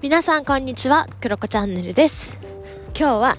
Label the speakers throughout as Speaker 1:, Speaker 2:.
Speaker 1: 皆さんこんにちは、クロコチャンネルです。今日は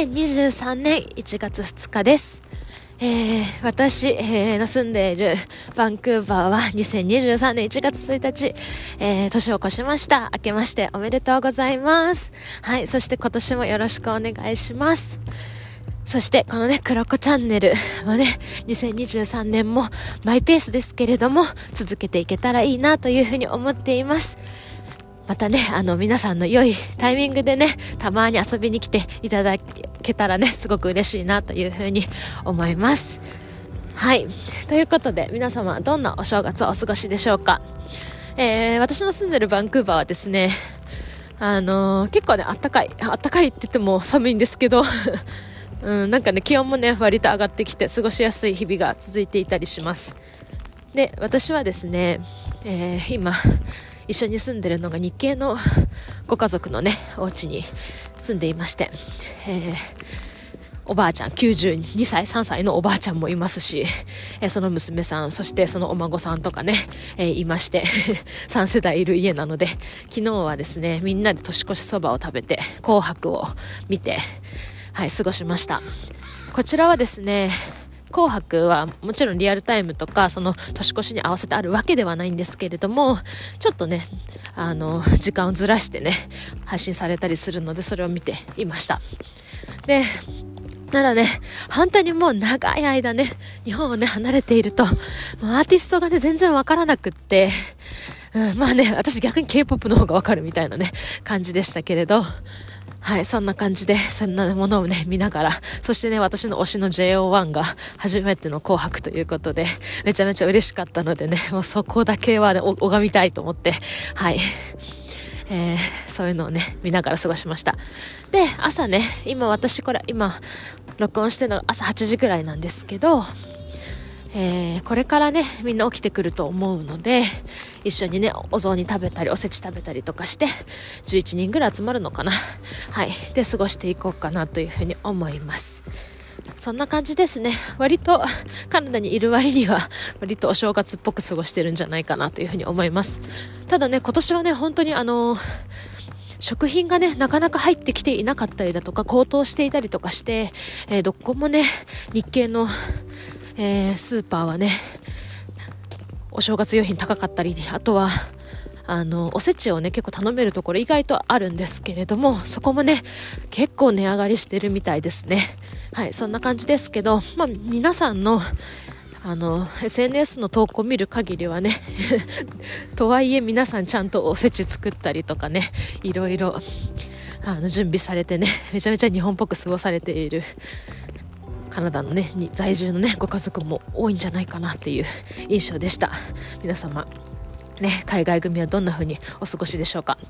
Speaker 1: 2023年1月2日です。私、の住んでいるバンクーバーは2023年1月1日、年を越しました。明けましておめでとうございます。はい、そして今年もよろしくお願いします。そしてこのね、クロコチャンネルはね、2023年もマイペースですけれども続けていけたらいいなというふうに思っています。またね、皆さんの良いタイミングでね、たまに遊びに来ていただけたらね、すごく嬉しいなというふうに思います。はい。ということで、皆様どんなお正月をお過ごしでしょうか。私の住んでるバンクーバーはですね、結構ね、あったかいって言っても寒いんですけど、なんかね、気温もね、割と上がってきて、過ごしやすい日々が続いていたりします。で、私はですね、今、一緒に住んでるのが日系のご家族のね、お家に住んでいまして、おばあちゃん、92歳、3歳のおばあちゃんもいますし、その娘さん、そしてそのお孫さんとかね、いまして、3世代いる家なので、昨日はですね、みんなで年越しそばを食べて、紅白を見て、はい、過ごしました。こちらはですね、紅白はもちろんリアルタイムとかその年越しに合わせてあるわけではないんですけれども、ちょっとね時間をずらしてね配信されたりするので、それを見ていました。で、ただね、本当にもう長い間ね日本をね離れていると、アーティストがね全然わからなくって、まあね、私逆に K-POP の方がわかるみたいなね感じでしたけれど、はい、そんな感じで、そんなものをね、見ながら、そしてね、私の推しの JO1 が初めての紅白ということで、めちゃめちゃ嬉しかったのでね、もうそこだけはね、拝みたいと思って、はい、そういうのをね、見ながら過ごしました。で、朝ね、今、録音してるのが朝8時くらいなんですけど、これからねみんな起きてくると思うので、一緒にねお雑煮食べたりおせち食べたりとかして11人ぐらい集まるのかな。はい、で過ごしていこうかなというふうに思います。そんな感じですね。割とカナダにいる割には割とお正月っぽく過ごしてるんじゃないかなというふうに思います。ただね、今年はね本当に食品がねなかなか入ってきていなかったりだとか高騰していたりとかして、どこもね日系のスーパーはねお正月用品高かったり、あとはおせちをね結構頼めるところ意外とあるんですけれども、そこもね結構値上がりしてるみたいですね。はい、そんな感じですけど、皆さんのSNS の投稿を見る限りはねとはいえ皆さんちゃんとおせち作ったりとかね、いろいろ準備されてね、めちゃめちゃ日本っぽく過ごされているカナダのねに在住のねご家族も多いんじゃないかなっていう印象でした。皆様ね、海外組はどんな風にお過ごしでしょうか。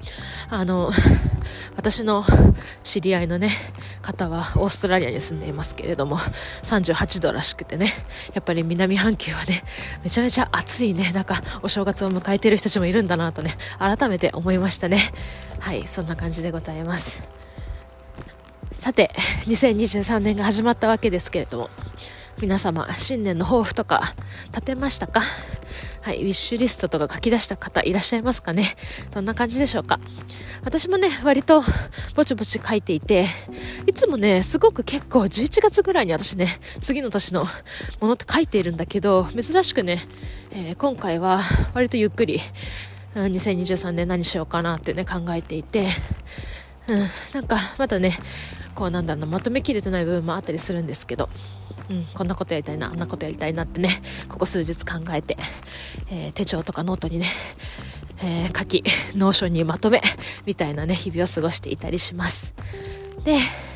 Speaker 1: 私の知り合いのね方はオーストラリアに住んでいますけれども、38度らしくてね、やっぱり南半球はねめちゃめちゃ暑いね中お正月を迎えている人たちもいるんだなとね改めて思いましたね。はい、そんな感じでございます。さて、2023年が始まったわけですけれども、皆様新年の抱負とか立てましたか？はい、ウィッシュリストとか書き出した方いらっしゃいますかね。どんな感じでしょうか。私もね割とぼちぼち書いていて、いつもねすごく結構11月ぐらいに私ね次の年のものって書いているんだけど、珍しくね、今回は割とゆっくり2023年何しようかなってね考えていて、なんかまだねこうまとめきれてない部分もあったりするんですけど、こんなことやりたいなあんなことやりたいなってねここ数日考えて、手帳とかノートにね、書きノーションにまとめみたいなね日々を過ごしていたりします。で、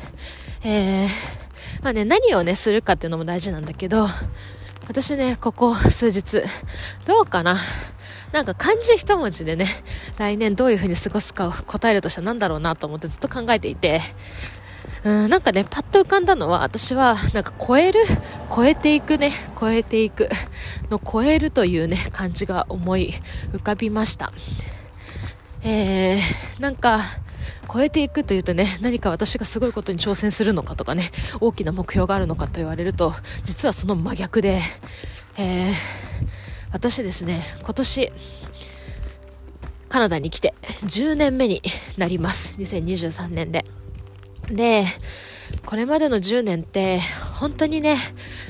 Speaker 1: 何をねするかっていうのも大事なんだけど、私ねここ数日どうかな、なんか漢字一文字でね来年どういう風に過ごすかを答えるとしたらなんだろうなと思ってずっと考えていて、なんかねパッと浮かんだのは、私はなんか超えていくの超えるというね漢字が思い浮かびました。なんか超えていくというとね、何か私がすごいことに挑戦するのかとかね大きな目標があるのかと言われると、実はその真逆で、私ですね今年カナダに来て10年目になります。2023年で。で、これまでの10年って本当にね、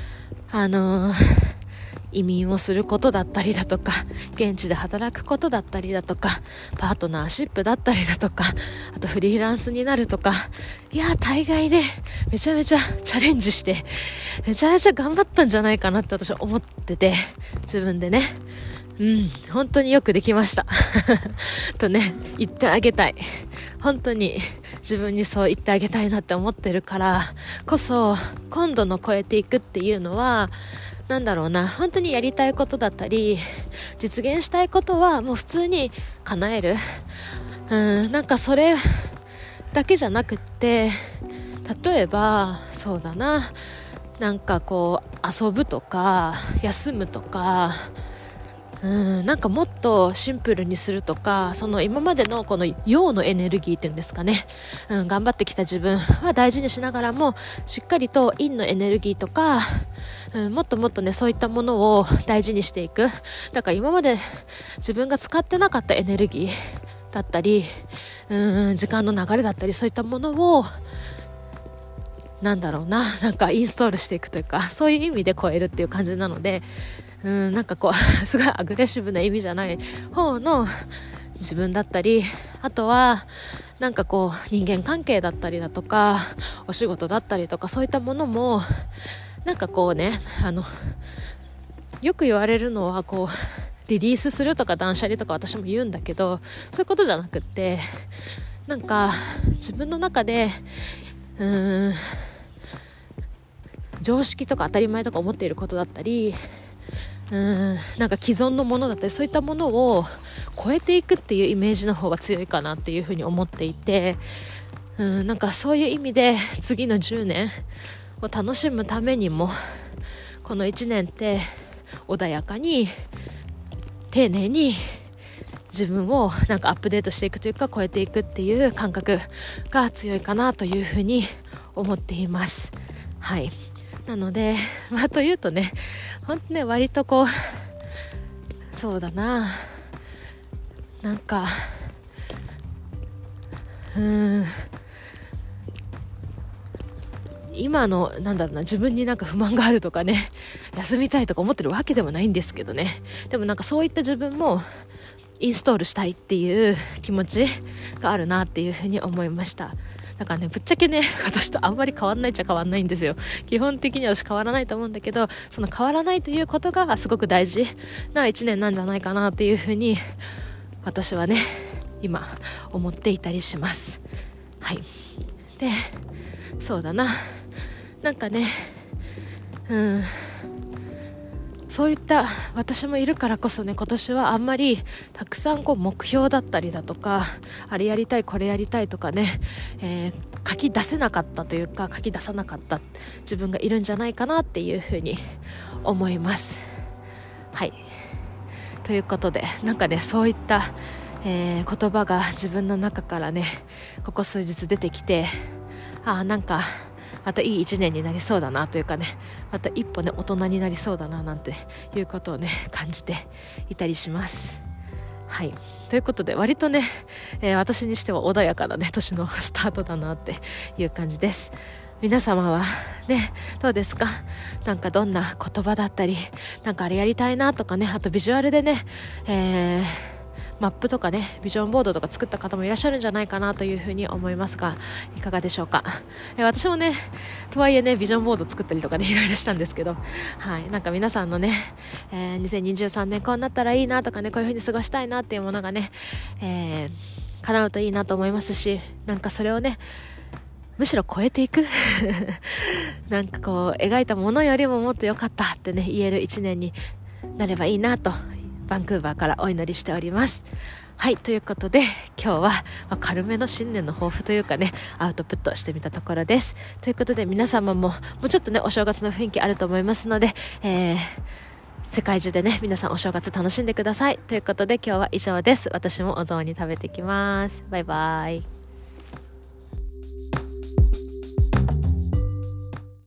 Speaker 1: 移民をすることだったりだとか、現地で働くことだったりだとか、パートナーシップだったりだとか、あとフリーランスになるとか、いや大概ね、めちゃめちゃチャレンジして、めちゃめちゃ頑張ったんじゃないかなって私は思ってて、自分でね、本当によくできましたとね、言ってあげたい。本当に自分にそう言ってあげたいなって思ってるからこそ、今度の超えていくっていうのは、なんだろうな、本当にやりたいことだったり実現したいことはもう普通に叶える。なんかそれだけじゃなくって、例えばそうだな、なんかこう遊ぶとか休むとか、なんかもっとシンプルにするとか、その今までのこの陽のエネルギーっていうんですかね、頑張ってきた自分は大事にしながらも、しっかりと陰のエネルギーとか、もっともっとね、そういったものを大事にしていく。だから今まで自分が使ってなかったエネルギーだったり、時間の流れだったり、そういったものをなんだろうな、なんかインストールしていくというか、そういう意味で超えるっていう感じなので、なんかこうすごいアグレッシブな意味じゃない方の自分だったり、あとはなんかこう人間関係だったりだとか、お仕事だったりとか、そういったものもなんかこうね、よく言われるのはこうリリースするとか断捨離とか私も言うんだけど、そういうことじゃなくって、なんか自分の中で常識とか当たり前とか思っていることだったり、なんか既存のものだったり、そういったものを超えていくっていうイメージの方が強いかなっていうふうに思っていて、なんかそういう意味で次の10年を楽しむためにも、この1年って穏やかに丁寧に自分をなんかアップデートしていくというか、超えていくっていう感覚が強いかなというふうに思っています。はい。なので、というとね、本当ね、割とこう、そうだな、なんか今のなんだろうな、自分になんか不満があるとかね、休みたいとか思ってるわけでもないんですけどね、でもなんかそういった自分もインストールしたいっていう気持ちがあるなっていうふうに思いました。だからね、ぶっちゃけね、私とあんまり変わんないっちゃ変わんないんですよ。基本的には私変わらないと思うんだけど、その変わらないということがすごく大事な一年なんじゃないかなっていうふうに私はね、今思っていたりします。はい。で、そうだな、なんかね、そういった私もいるからこそね、今年はあんまりたくさんこう目標だったりだとか、あれやりたいこれやりたいとかね、書き出せなかったというか、書き出さなかった自分がいるんじゃないかなっていうふうに思います。はい。ということで、なんかね、そういった、言葉が自分の中からね、ここ数日出てきて、なんかまたいい一年になりそうだなというかね、また一歩ね、大人になりそうだななんていうことをね、感じていたりします。はい。ということで、割とね、私にしては穏やかなね、年のスタートだなっていう感じです。皆様はね、どうですか？なんかどんな言葉だったり、なんかあれやりたいなとかね、あとビジュアルでね、マップとかね、ビジョンボードとか作った方もいらっしゃるんじゃないかなというふうに思いますが、いかがでしょうか。私もね、とはいえね、ビジョンボード作ったりとかね、いろいろしたんですけど、はい、なんか皆さんのね、2023年こうなったらいいなとかね、こういうふうに過ごしたいなっていうものがね、叶うといいなと思いますし、なんかそれをね、むしろ超えていくなんかこう描いたものよりももっと良かったってね、言える一年になればいいなと、バンクーバーからお祈りしております。はい、ということで今日は、軽めの新年の抱負というかね、アウトプットしてみたところです。ということで皆様ももうちょっとね、お正月の雰囲気あると思いますので、世界中でね、皆さんお正月楽しんでください。ということで今日は以上です。私もお雑煮食べてきます。バイバイ。